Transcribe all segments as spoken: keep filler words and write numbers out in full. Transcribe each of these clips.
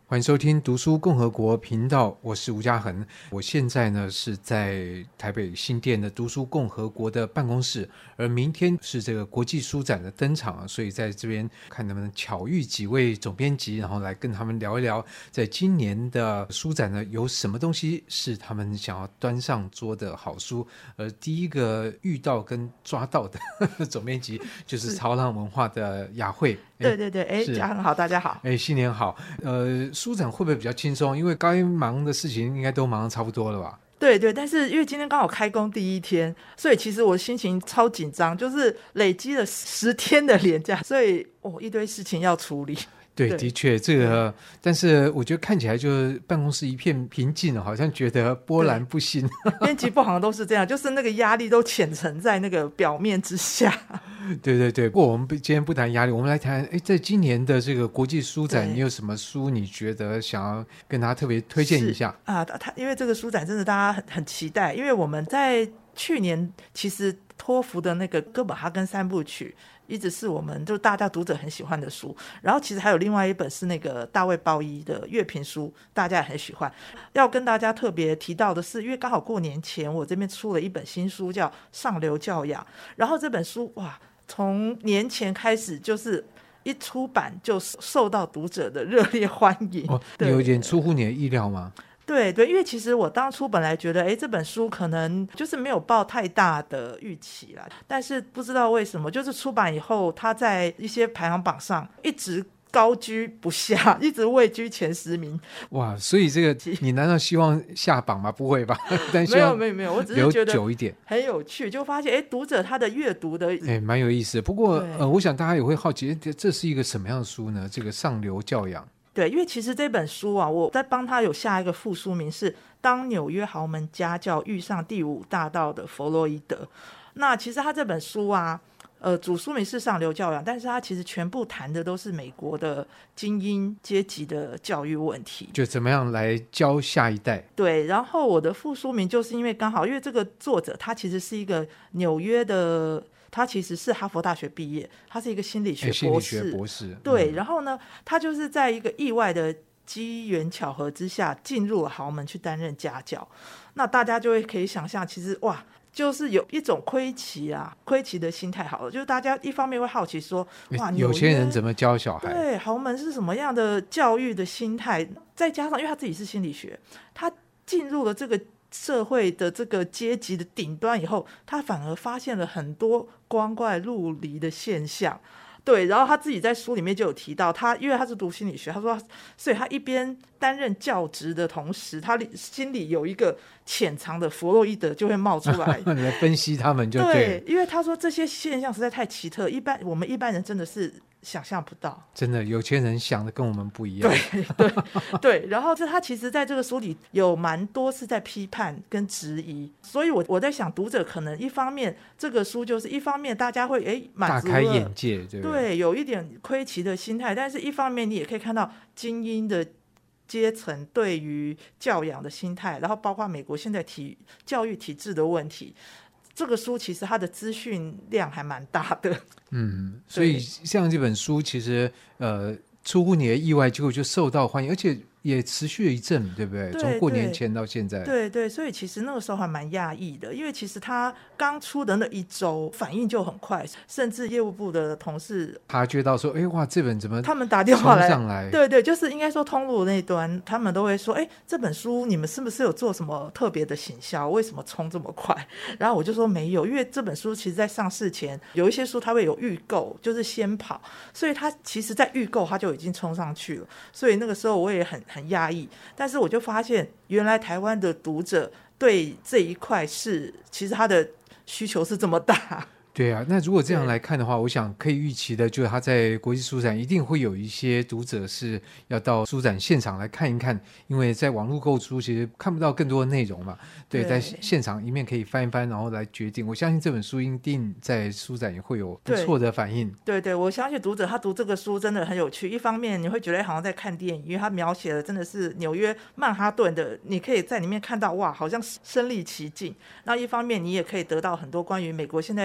欢迎收听读书共和国频道，我是吴嘉恒。我现在呢是在台北新店的读书共和国的办公室，而明天是这个国际书展的登场，所以在这边看能不能巧遇几位总编辑，然后来跟他们聊一聊，在今年的书展呢有什么东西是他们想要端上桌的好书。而第一个遇到跟抓到的总编辑就是潮浪文化的雅慧。 对对对，哎，嘉恒好，大家好。 哎，新年好。呃，书展会不会比较轻松？因为该忙的事情应该都忙得差不多了吧？ 对对，但是因为今天刚好开工第一天，所以其实我心情超紧张，就是累积了十天的连假，所以哦一堆事情要处理。 对，的确这个，但是我觉得看起来就是办公室一片平静，好像觉得波澜不兴。 编辑部好像都是这样，就是那个压力都潜沉在那个表面之下。 对对对，不过我们今天不谈压力，我们来谈，哎，在今年的这个国际书展，你有什么书你觉得想要跟大家特别推荐一下啊？他因为这个书展真的大家很很期待，因为我们在去年其实托福的那个哥本哈根三部曲一直是我们就大家读者很喜欢的书，然后其实还有另外一本是那个大卫鲍伊的乐评书，大家也很喜欢。要跟大家特别提到的是，因为刚好过年前我这边出了一本新书叫《上流教养》，然后这本书哇，从年前开始就是一出版就受到读者的热烈欢迎。 哦，有点出乎你的意料吗？ 对对，因为其实我当初本来觉得，哎，这本书可能就是没有抱太大的预期啦，但是不知道为什么，就是出版以后，它在一些排行榜上一直高居不下，一直位居前十名。 哇，所以这个你难道希望下榜吗？不会吧？但没有没有没有，我只是觉得久一点很有趣，就发现哎，读者他的阅读的哎蛮有意思的。不过呃，我想大家也会好奇，这是一个什么样的书呢？这个上流教养。 对，因为其实这本书啊，我在帮他有下一个副书名是《当纽约豪门家教遇上第五大道的弗洛伊德》。那其实他这本书啊，呃，主书名是上流教养，但是他其实全部谈的都是美国的精英阶级的教育问题， 就怎么样来教下一代。 对，然后我的副书名就是因为刚好，因为这个作者他其实是一个纽约的。他其实是哈佛大学毕业，他是一个心理学博士。 心理学博士， 对、 嗯。 然后呢，他就是在一个意外的机缘巧合之下进入了豪门去担任家教。那大家就会可以想象，其实哇，就是有一种窥奇啊，窥奇的心态好了，就是大家一方面会好奇说，哇， 有钱人怎么教小孩？ 对，豪门是什么样的教育的心态？再加上因为他自己是心理学，他进入了这个社会的这个阶级的顶端以后，他反而发现了很多光怪陆离的现象。对，然后他自己在书里面就有提到，他因为他是读心理学，他说，所以他一边担任教职的同时，他心里有一个潜藏的弗洛伊德就会冒出来， 你来分析他们就 对, 对，因为他说这些现象实在太奇特，一般我们一般人真的是想象不到， 真的有钱人想的跟我们不一样。 对对对，然后这他其实在这个书里有蛮多是在批判跟质疑，所以我我在想，读者可能一方面这个书就是一方面大家会哎满足了， 大开眼界，对不对？ 对，有一点窥奇的心态，但是一方面你也可以看到精英的阶层对于教养的心态，然后包括美国现在体教育体制的问题。这个书其实它的资讯量还蛮大的， 嗯，所以像这本书其实呃出乎你的意外，结果就受到欢迎，而且也持续了一阵，对不对？ 对， 从过年前到现在， 对对，所以其实那个时候还蛮讶异的，因为其实他刚出的那一周反应就很快，甚至业务部的同事察觉到说，哎哇，这本怎么他们打电话来， 上来， 对对，就是应该说通路那端，他们都会说，哎，这本书你们是不是有做什么特别的行销？为什么冲这么快？然后我就说没有，因为这本书其实在上市前有一些书它会有预购，就是先跑，所以它其实在预购它就已经冲上去了，所以那个时候我也很很讶异。但是我就发现原来台湾的读者对这一块是其实他的需求是这么大。 对啊，那如果这样来看的话，我想可以预期的就是他在国际书展一定会有一些读者是要到书展现场来看一看，因为在网络购书其实看不到更多的内容嘛。 对, 对，在现场一面可以翻一翻然后来决定，我相信这本书一定在书展也会有不错的反应。 对 对, 对，我相信读者他读这个书真的很有趣，一方面你会觉得好像在看电影，因为他描写的真的是纽约曼哈顿的，你可以在里面看到哇好像身临其境，那一方面你也可以得到很多关于美国现在教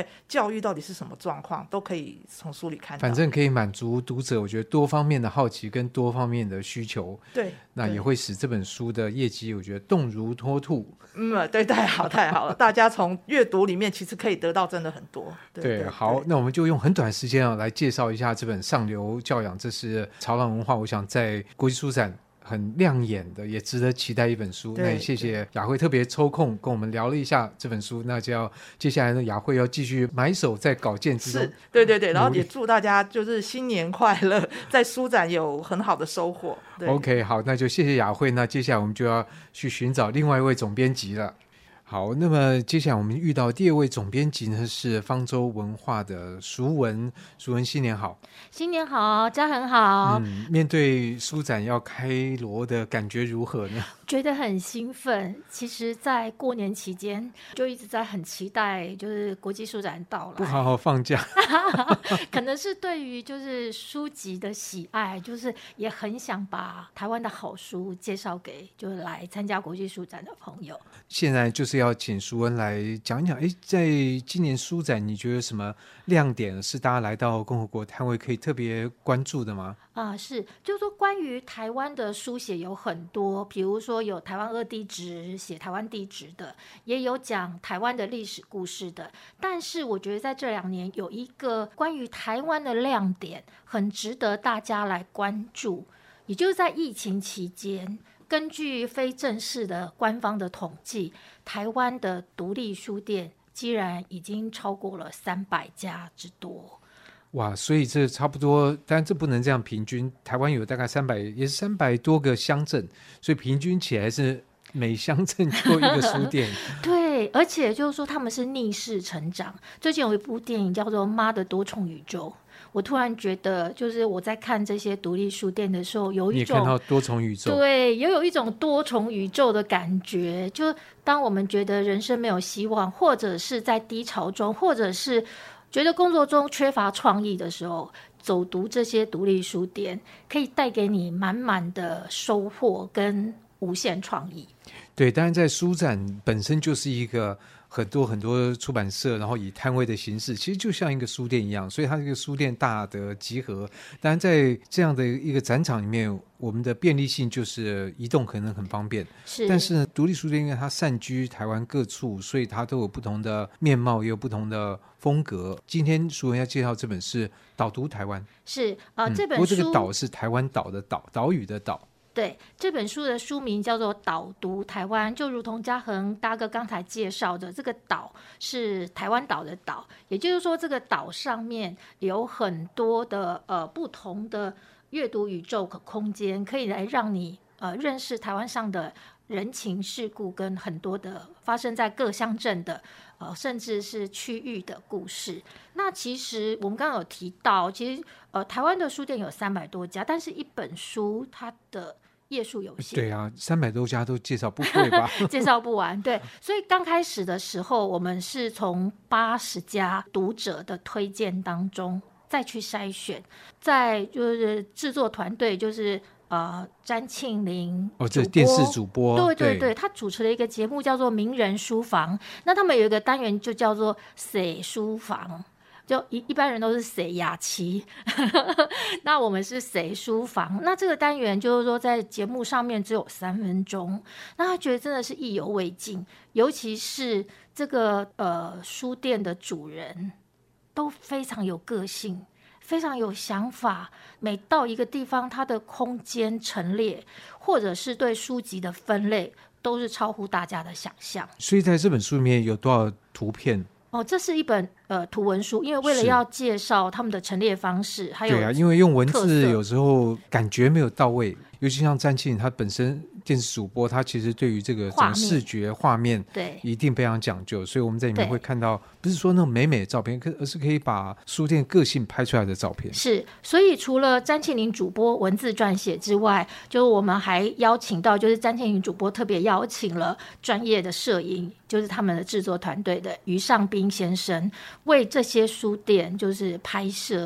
教育到底是什么状况，都可以从书里看到。 反正可以满足读者我觉得多方面的好奇跟多方面的需求， 对， 那也会使这本书的业绩我觉得动如脱兔。 嗯，对，太好太好了，大家从阅读里面其实可以得到真的很多。 对, 对, 对好， 对， 那我们就用很短时间啊来介绍一下这本上流教养，这是潮朗文化我想在国际书展很亮眼的也值得期待一本书。那也谢谢雅慧特别抽空跟我们聊了一下这本书，那就要接下来呢雅慧要继续埋首在稿件之中。 是，对对对，然后也祝大家就是新年快乐，在书展有很好的收获。对 OK， 好，那就谢谢雅慧，那接下来我们就要去寻找另外一位总编辑了。好，那么接下来我们遇到第二位总编辑呢是方舟文化的淑文。淑文新年好。 新年好，家很好。 嗯，面对书展要开锣的感觉如何呢？ 觉得很兴奋。其实在过年期间就一直在很期待就是国际书展到来， 不好好放假可能是对于就是书籍的喜爱，就是也很想把台湾的好书介绍给就是来参加国际书展的朋友。 现在就是要请淑文来讲一讲，诶，在今年书展你觉得什么亮点是大家来到共和国摊位可以特别关注的吗？ 啊、是，就是说关于台湾的书写有很多，比如说有台湾二地质写台湾地质的，也有讲台湾的历史故事的。但是我觉得在这两年有一个关于台湾的亮点，很值得大家来关注，也就是在疫情期间，根据非正式的官方的统计，台湾的独立书店竟然已经超过了三百家之多。 哇，所以这差不多，但这不能这样平均。台湾有大概三百，也是三百多个乡镇，所以平均起来是每乡镇就一个书店。 对，而且就是说他们是逆势成长。最近有一部电影叫做《妈的多重宇宙》，我突然觉得，就是我在看这些独立书店的时候，有一种你也看到多重宇宙， 对，也有一种多重宇宙的感觉。就当我们觉得人生没有希望，或者是在低潮中，或者是觉得工作中缺乏创意的时候，走读这些独立书店可以带给你满满的收获跟无限创意。 对，当然在书展本身就是一个很多很多出版社，然后以摊位的形式，其实就像一个书店一样，所以它是一个书店大的集合。当然在这样的一个展场里面，我们的便利性就是移动可能很方便， 是， 但是呢，独立书店因为它散居台湾各处，所以它都有不同的面貌，也有不同的风格。今天淑文要介绍这本是《导读台湾》， 是啊、呃嗯， 这本书， 不过这个岛是台湾岛的岛，岛屿的岛。 对，这本书的书名叫做《导读台湾》，就如同嘉恒大哥刚才介绍的，这个岛是台湾岛的岛，也就是说，这个岛上面有很多的呃不同的阅读宇宙空间，可以来让你呃认识台湾上的人情世故，跟很多的发生在各乡镇的呃甚至是区域的故事。那其实我们刚刚有提到，其实呃台湾的书店有三百多家，但是一本书它的页数有限， 对啊，三百多家都介绍不会吧？ 介绍不完。对，所以刚开始的时候，我们是从八十家读者的推荐当中再去筛选，再就是制作团队就是呃詹庆玲哦，这电视主播， 对对对，他主持了一个节目叫做《名人书房》，那他们有一个单元就叫做“写书房”。就一一般人都是写雅琪，那我们是写书房。那这个单元就是说，在节目上面只有三分钟，那他觉得真的是意犹未尽，尤其是这个呃书店的主人都非常有个性，非常有想法。每到一个地方，它的空间陈列，或者是对书籍的分类，都是超乎大家的想象。 所以在这本书里面有多少图片？ 哦，这是一本呃图文书，因为为了要介绍他们的陈列方式，还有对啊，因为用文字有时候感觉没有到位，尤其像詹庆，他本身电视主播，他其实对于这个整个视觉画面对一定非常讲究，所以我们在里面会看到，不是说那种美美的照片，而是可以把书店个性拍出来的照片。 是，所以除了詹庆玲主播文字撰写之外，就我们还邀请到，就是詹庆玲主播特别邀请了专业的摄影，就是他们的制作团队的于尚斌先生，为这些书店就是拍摄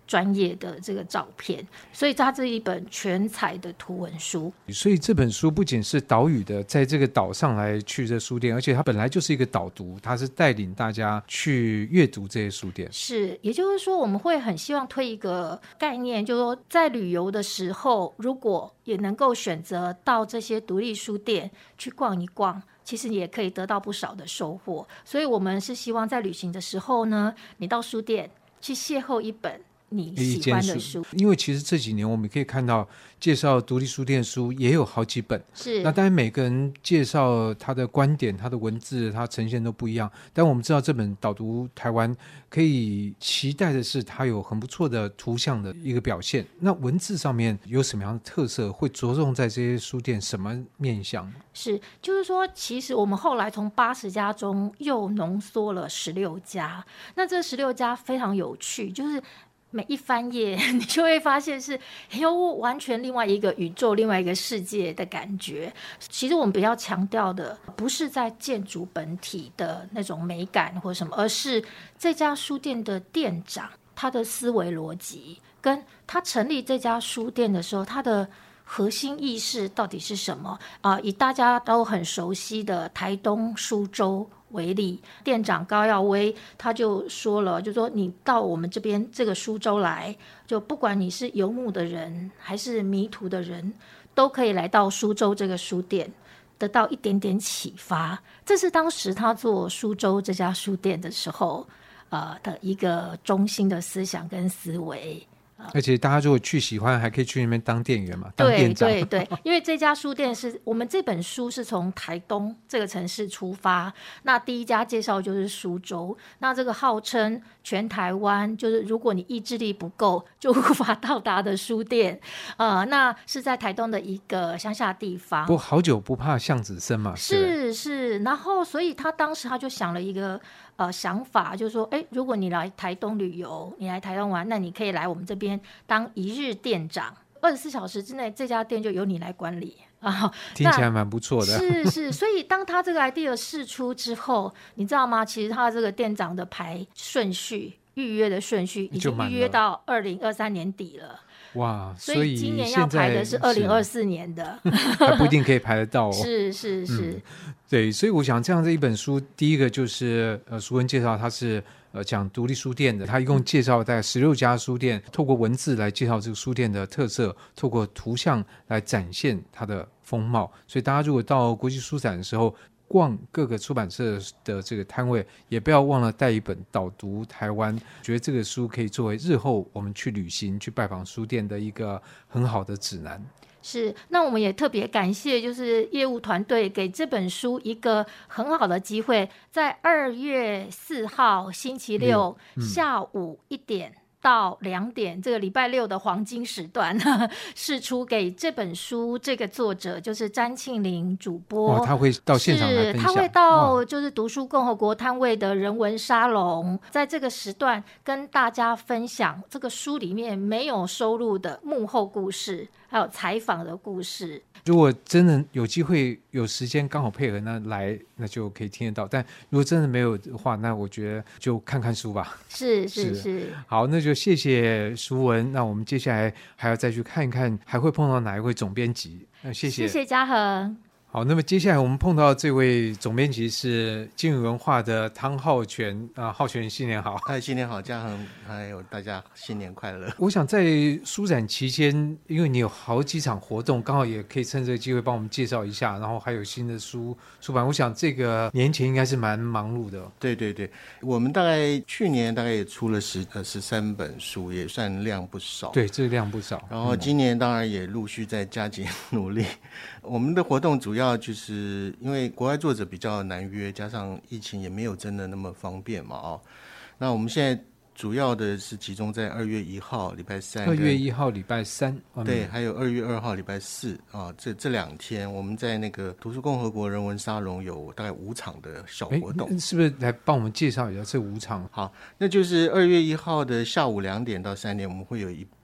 专业的这个照片，所以它这一本全彩的图文书。 所以这本书不仅是岛屿的在这个岛上来去这书店，而且它本来就是一个导读，它是带领大家去阅读这些书店。 是，也就是说我们会很希望推一个概念，就是说在旅游的时候如果也能够选择到这些独立书店去逛一逛，其实也可以得到不少的收获。所以我们是希望在旅行的时候呢，你到书店去邂逅一本你喜欢的书。 因为其实这几年我们可以看到介绍独立书店书也有好几本， 是， 那当然每个人介绍他的观点他的文字他呈现都不一样，但我们知道这本导读台湾可以期待的是它有很不错的图像的一个表现。那文字上面有什么样的特色，会着重在这些书店什么面向？ 是，就是说其实我们后来从八十家中又浓缩了十六家，那这十六家非常有趣，就是每一翻页你就会发现是有完全另外一个宇宙另外一个世界的感觉。其实我们比较强调的不是在建筑本体的那种美感或什么，而是这家书店的店长他的思维逻辑，跟他成立这家书店的时候他的核心意识到底是什么啊、呃？以大家都很熟悉的台东书粥为例，店长高耀威他就说了，就说你到我们这边这个书粥来，就不管你是游牧的人还是迷途的人，都可以来到书粥这个书店得到一点点启发。这是当时他做书粥这家书店的时候呃的一个中心的思想跟思维。 而且大家如果去喜欢还可以去那边当店员嘛，当店长。 对对对，因为这家书店是我们这本书是从台东这个城市出发，那第一家介绍就是书粥，那这个号称全台湾就是如果你意志力不够就无法到达的书店，呃，那是在台东的一个乡下地方。 不过好久不怕巷子深嘛， 是是，然后所以他当时他就想了一个呃想法，就是说，哎，如果你来台东旅游，你来台东玩，那你可以来我们这边当一日店长，二十四小时之内这家店就由你来管理啊， 听起来蛮不错的。 是是，所以当他这个 idea 释出之后，你知道吗？其实他这个店长的排顺序、预约的顺序已经预约到二零二三年底了。 哇， 所以今年要排的是二零二四年的， 还不一定可以排得到哦。 是是是、嗯， 对，所以我想这样的一本书，第一个就是呃，淑文介绍它是呃讲独立书店的，它一共介绍大概十六家书店，透过文字来介绍这个书店的特色，透过图像来展现它的风貌。所以大家如果到国际书展的时候，逛各个出版社的这个摊位，也不要忘了带一本导读台湾，觉得这个书可以作为日后我们去旅行去拜访书店的一个很好的指南。 是，那我们也特别感谢就是业务团队给这本书一个很好的机会，在二月四号星期六、嗯、下午一点到两点这个礼拜六的黄金时段释出给这本书这个作者就是詹庆玲主播、 哦、他会到现场来分享， 他会到就是读书共和国摊位的人文沙龙，在这个时段跟大家分享这个书里面没有收录的幕后故事还有采访的故事。 如果真的有机会有时间刚好配合那来，那就可以听得到，但如果真的没有的话，那我觉得就看看书吧。 是是 是, 是好，那就谢谢淑文，那我们接下来还要再去看一看还会碰到哪一位总编辑。那谢谢谢谢嘉禾。 好，那么接下来我们碰到这位总编辑是金宇文化的汤浩全啊，浩全新年好。 嗨，新年好，嘉禾还有大家新年快乐。 我想在书展期间，因为你有好几场活动，刚好也可以趁这个机会帮我们介绍一下，然后还有新的书出版，我想这个年前应该是蛮忙碌的。 对对对，我们大概去年大概也出了十呃十三本书，也算量不少。 对，这个量不少。 然后今年当然也陆续在加紧努力。我们的活动主要就是因为国外作者比较难约，加上疫情也没有真的那么方便嘛，哦，那我们现在主要的是集中在二月一号礼拜三， 二月一号礼拜三， 对，还有二月二号礼拜四啊，这这两天我们在那个读书共和国人文沙龙有大概五场的小活动， 是不是来帮我们介绍一下这五场？ 好，那就是二月一号的下午两点到三点，我们会有一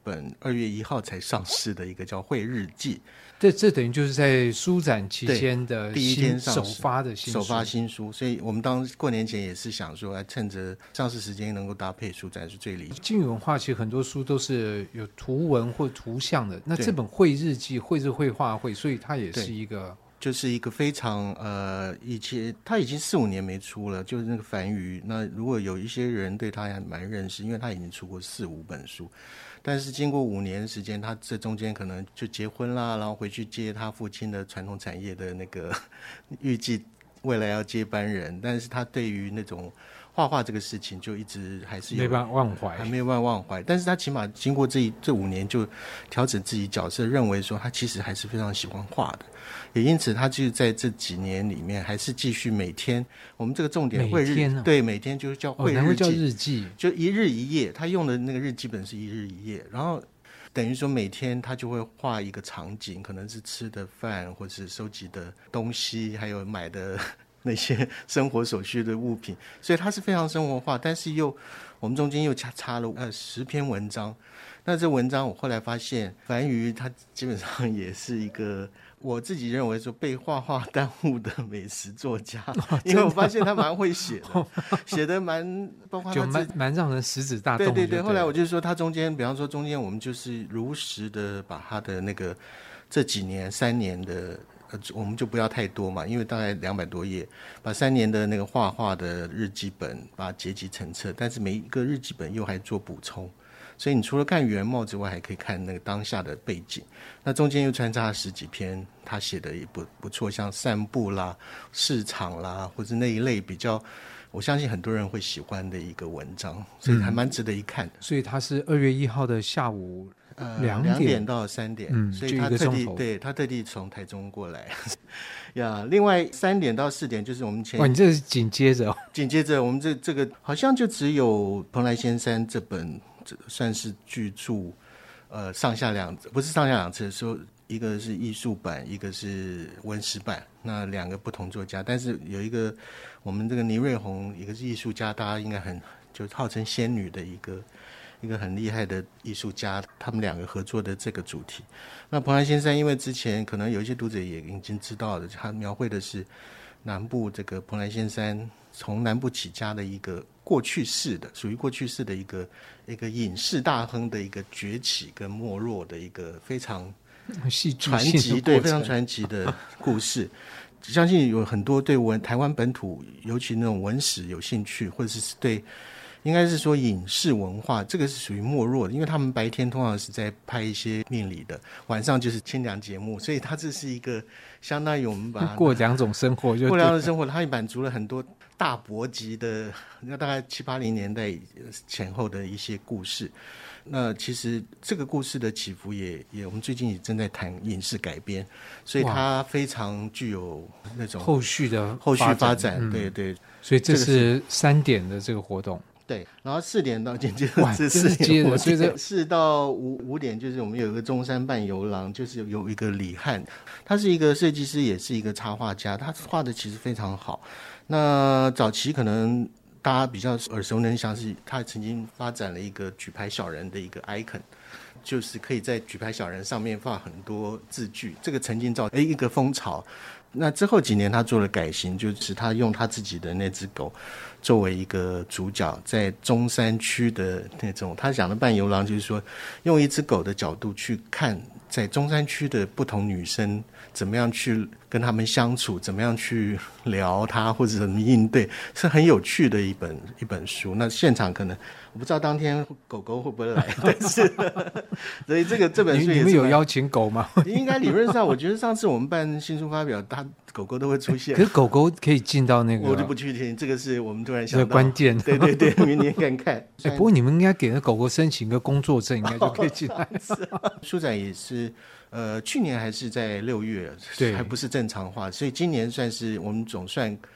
本二月一号才上市的一个叫《绘日记》。 这这等于就是在书展期间的第一天首发的新书， 首发新书，所以我们当过年前也是想说，趁着上市时间能够搭配书展是最理想。 金鱼文化其实很多书都是有图文或图像的，那这本绘日记绘是绘画会，所以它也是一个。 就是一个非常呃，以前他已经四五年没出了，就是那个梵语。那如果有一些人对他还蛮认识，因为他已经出过四五本书，但是经过五年时间，他这中间可能就结婚啦，然后回去接他父亲的传统产业的那个预计未来要接班人，但是他对于那种画画这个事情就一直还是有没办法忘怀， 还没有办法忘怀。但是他起码经过这这五年就调整自己角色，认为说他其实还是非常喜欢画的，也因此他就在这几年里面还是继续每天，我们这个重点绘日、 啊、 对每天就叫绘日记、 哦、难怪叫日记， 就一日一夜，他用的那个日记本是一日一夜，然后等于说每天他就会画一个场景，可能是吃的饭或是收集的东西，还有买的那些生活所需的物品，所以它是非常生活化，但是又我们中间又插插了呃十篇文章。那这文章我后来发现，梵瑜他基本上也是一个我自己认为说被画画耽误的美食作家，哦、因为我发现他蛮会写的，写的蛮包括他就蛮蛮让人食指大动。 对对对，后来我就说他中间，比方说中间我们就是如实的把他的那个这几年三年的。我们就不要太多嘛，因为大概两百多页，把三年的那个画画的日记本把它结集成册，但是每一个日记本又还做补充，所以你除了看原貌之外，还可以看那个当下的背景。那中间又穿插了十几篇他写的也不不错，像散步啦、市场啦，或者那一类比较，我相信很多人会喜欢的一个文章，所以还蛮值得一看的。 嗯、所以他是二月一号的下午。 呃， 两点, 点到三点， 嗯， 所以他特地对他特地从台中过来呀。另外三点到四点就是我们前， 哇，你这是紧接着、哦， 紧接着我们这这个好像就只有蓬莱仙山这本这算是巨著，呃，上下两不是上下两册，说一个是艺术版，一个是文史版，那两个不同作家，但是有一个我们这个倪瑞红，一个是艺术家，大家应该很就号称仙女的一个。一个很厉害的艺术家，他们两个合作的这个主题。那蓬莱仙山，因为之前可能有一些读者也已经知道了，他描绘的是南部这个蓬莱仙山从南部起家的一个过去式的，属于过去式的一个一个隐士大亨的一个崛起跟没落的一个非常传奇，对，非常传奇的故事。相信有很多对文台湾本土，尤其那种文史有兴趣，或者是对。应该是说影视文化，这个是属于没落的，因为他们白天通常是在拍一些命理的，晚上就是清凉节目，所以它这是一个相当于我们把过两种生活就， 过两种生活，它也满足了很多大伯级的，那大概七八零年代前后的一些故事。那其实这个故事的起伏也也，我们最近也正在谈影视改编，所以它非常具有那种后续的后续发展，嗯、对对。 所以这是三点的这个活动。 对，然后四点到紧接着这四点活动，四到五五点就是我们有一个中山半游廊，就是有一个李汉，他是一个设计师，也是一个插画家，他画的其实非常好。那早期可能大家比较耳熟能详是，他曾经发展了一个举牌小人的一个 icon， 就是可以在举牌小人上面放很多字句，这个曾经造成一个风潮。那之后几年他做了改型，就是他用他自己的那只狗作为一个主角，在中山区的那种他讲的半游廊，就是说用一只狗的角度去看在中山区的不同女生怎么样去跟他们相处，怎么样去聊他或者怎么应对，是很有趣的一本一本书。那现场可能我不知道当天狗狗会不会来，但是所以这个这本书也是你们有邀请狗吗？ 应该理论上，我觉得上次我们办新书发表，它狗狗都会出现。 可是狗狗可以进到那个， 我就不确定，这个是我们突然想到关键。 对对对，明年看看。 哎，不过你们应该给那狗狗申请个工作证，应该就可以进来。 书展也是。呃，去年还是在六月，对，还不是正常化，所以今年算是我们总算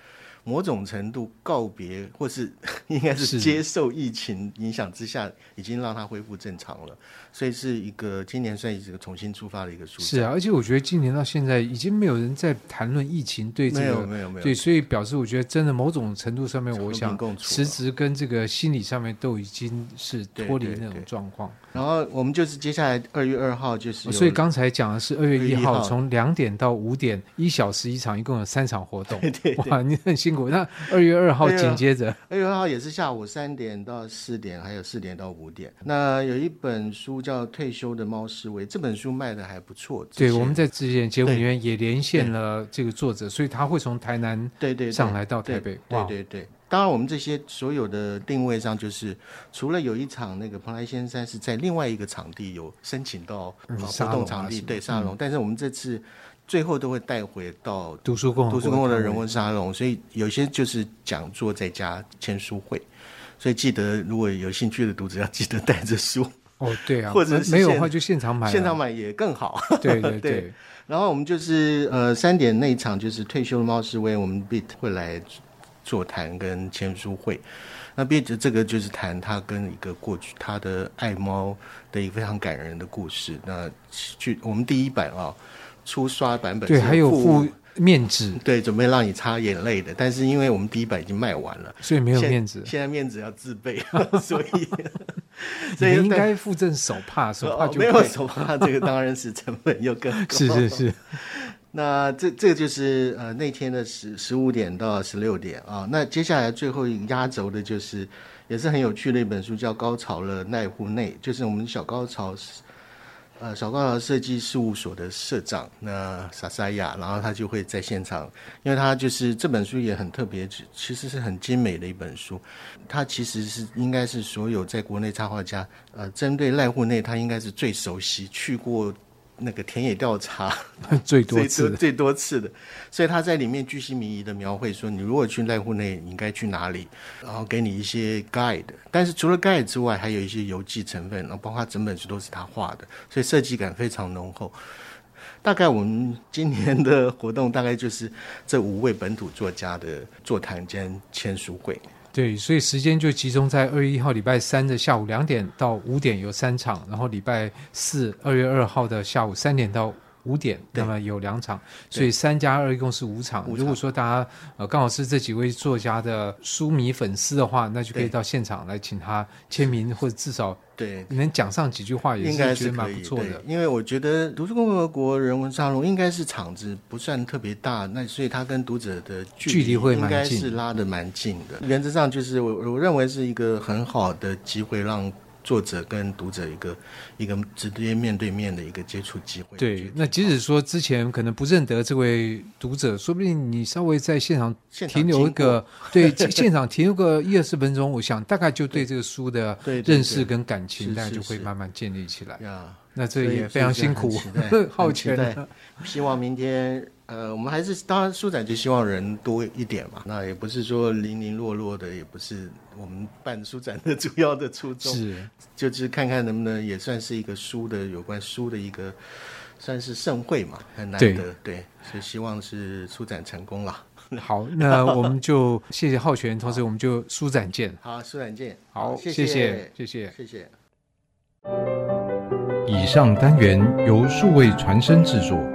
某种程度告别，或是应该是接受疫情影响之下，已经让它恢复正常了。所以是一个今年算是一个重新出发的一个书展。 是啊，而且我觉得今年到现在已经没有人在谈论疫情对这个， 没有没有没有， 对，所以表示我觉得真的某种程度上面，我想实质跟这个心理上面都已经是脱离那种状况。 然后我们就是接下来二月二号就是、哦， 所以刚才讲的是二月一号从两点到五点，一小时一场，一共有三场活动。 对对对， 哇，你很辛苦。那二月二号紧接着， 二月二号也是下午三点到四点，还有四点到五点。那有一本书叫《退休的猫思维》，这本书卖的还不错。 对，我们在之前节目里面也连线了这个作者，所以他会从台南对对上来到台北。 对对 对, 对。当然我们这些所有的定位上，就是除了有一场那个蓬莱仙山是在另外一个场地有申请到、嗯、活动场地，对沙龙、嗯，但是我们这次最后都会带回到读书共读书共和的人文沙龙，所以有些就是讲座再加签书会，所以记得如果有兴趣的读者要记得带着书哦，对啊， 或者是没有的话就现场买， 现场买也更好。 对对 对, 对。然后我们就是呃三点那一场就是退休的猫思维，我们 Beat 会来座谈跟签书会。那 Beat 这个就是谈他跟一个过去他的爱猫的一个非常感人的故事。那去我们第一版啊初刷版本， 对，还有附面纸， 对，准备让你擦眼泪的，但是因为我们第一版已经卖完了， 所以没有面纸， 现在面纸要自备，所以所以应该附赠手帕，手帕就、 哦、没有手帕，这个当然是成本又更高。 是是是。 那这这个就是呃那天的十十五点到十六点啊。那接下来最后一个压轴的就是也是很有趣的一本书，叫《高潮了奈户内》，就是我们小高潮呃小高潮设计事务所的社长那萨萨亚，然后他就会在现场，因为他就是这本书也很特别，其实是很精美的一本书。他其实是应该是所有在国内插画家呃针对濑户内他应该是最熟悉，去过那个田野调查最多次的最多次的，所以他在里面巨细靡遗的描绘说，你如果去濑户内你应该去哪里，然后给你一些 guide， 但是除了 guide 之外还有一些游记成分，然后包括整本书都是他画的，所以设计感非常浓厚。大概我们今年的活动大概就是这五位本土作家的座谈兼签书会。 对，所以时间就集中在二月一号礼拜三的下午两点到五点有三场，然后礼拜四二月二号的下午三点到五点，那么有两场，所以三加二一共是五场。如果说大家呃刚好是这几位作家的书迷粉丝的话，那就可以到现场来请他签名，或者至少对能讲上几句话，也是觉得蛮不错的。 因为我觉得读书共和国人文沙龙应该是场子不算特别大，那所以他跟读者的距离会应该是拉得蛮近的。原则上就是我我认为是一个很好的机会，让作者跟读者一个一个直接面对面的一个接触机会。 对，那即使说之前可能不认得这位读者，说不定你稍微在现场停留一个，对，现场停留个一二十分钟，我想大概就对这个书的认识跟感情，大概就会慢慢建立起来。那这也非常辛苦，浩全。 希望明天。呃，我们还是当然书展就希望人多一点嘛，那也不是说零零落落的，也不是我们办书展的主要的初衷， 是就是看看能不能也算是一个书的有关书的一个算是盛会嘛，很难得， 对, 对，所以希望是书展成功了。 好，那我们就谢谢浩全，同时我们就书展见。 好，书展见。 好，谢谢谢谢谢谢谢。 以上单元由数位传声制作。